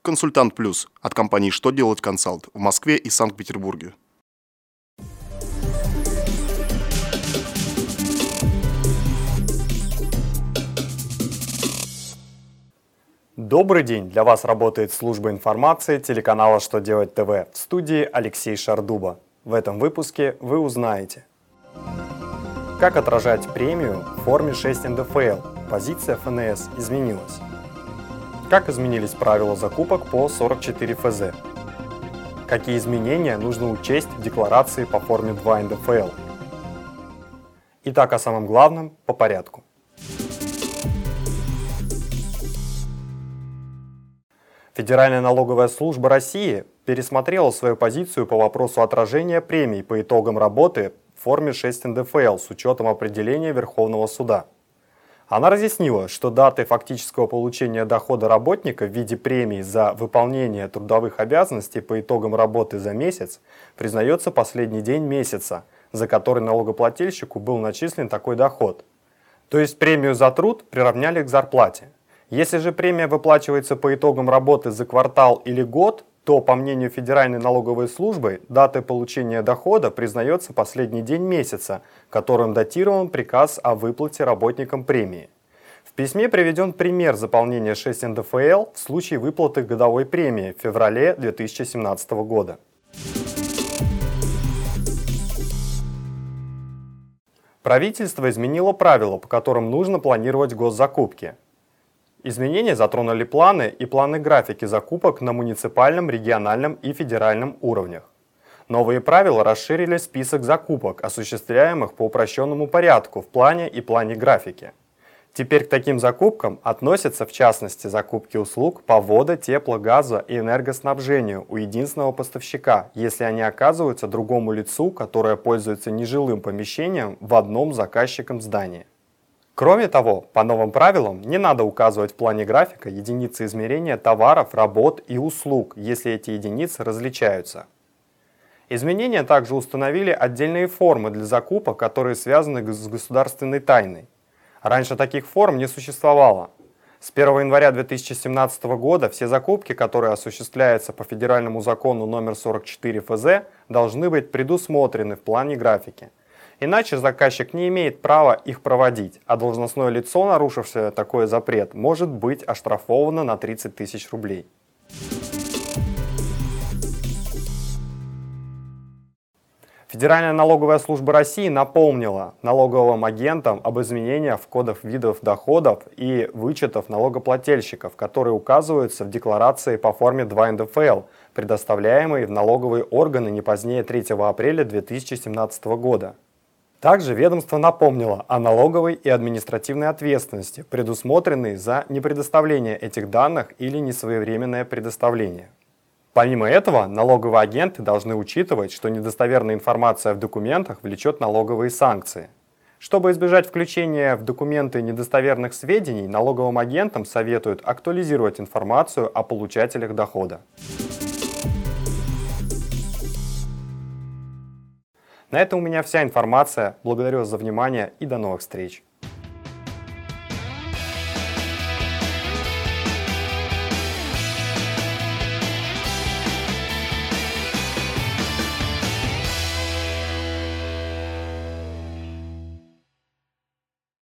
Консультант Плюс от компании «Что делать консалт» в Москве и Санкт-Петербурге. Добрый день! Для вас работает служба информации телеканала «Что делать ТВ». В студии Алексей Шардуба. В этом выпуске вы узнаете: как отражать премию в форме 6 НДФЛ? Позиция ФНС изменилась. Как изменились правила закупок по 44 ФЗ? Какие изменения нужно учесть в декларации по форме 2 НДФЛ? Итак, о самом главном по порядку. Федеральная налоговая служба России пересмотрела свою позицию по вопросу отражения премий по итогам работы в форме 6 НДФЛ с учетом определения Верховного суда. Она разъяснила, что датой фактического получения дохода работника в виде премии за выполнение трудовых обязанностей по итогам работы за месяц признается последний день месяца, за который налогоплательщику был начислен такой доход. То есть премию за труд приравняли к зарплате. Если же премия выплачивается по итогам работы за квартал или год, то, по мнению Федеральной налоговой службы, датой получения дохода признается последний день месяца, которым датирован приказ о выплате работникам премии. В письме приведен пример заполнения 6 НДФЛ в случае выплаты годовой премии в феврале 2017 года. Правительство изменило правила, по которым нужно планировать госзакупки. Изменения затронули планы и планы-графики закупок на муниципальном, региональном и федеральном уровнях. Новые правила расширили список закупок, осуществляемых по упрощенному порядку в плане и плане-графике. Теперь к таким закупкам относятся, в частности, закупки услуг по водо-, тепло-, газо- и энергоснабжению у единственного поставщика, если они оказываются другому лицу, которое пользуется нежилым помещением в одном заказчиком здании. Кроме того, по новым правилам не надо указывать в плане графика единицы измерения товаров, работ и услуг, если эти единицы различаются. Изменения также установили отдельные формы для закупок, которые связаны с государственной тайной. Раньше таких форм не существовало. С 1 января 2017 года все закупки, которые осуществляются по федеральному закону номер 44 ФЗ, должны быть предусмотрены в плане графики. Иначе заказчик не имеет права их проводить, а должностное лицо, нарушившее такой запрет, может быть оштрафовано на 30 тысяч рублей. Федеральная налоговая служба России напомнила налоговым агентам об изменениях в кодах видов доходов и вычетов налогоплательщиков, которые указываются в декларации по форме 2 НДФЛ, предоставляемой в налоговые органы не позднее 3 апреля 2017 года. Также ведомство напомнило о налоговой и административной ответственности, предусмотренной за непредоставление этих данных или несвоевременное предоставление. Помимо этого, налоговые агенты должны учитывать, что недостоверная информация в документах влечет налоговые санкции. Чтобы избежать включения в документы недостоверных сведений, налоговым агентам советуют актуализировать информацию о получателях дохода. На этом у меня вся информация. Благодарю вас за внимание и до новых встреч.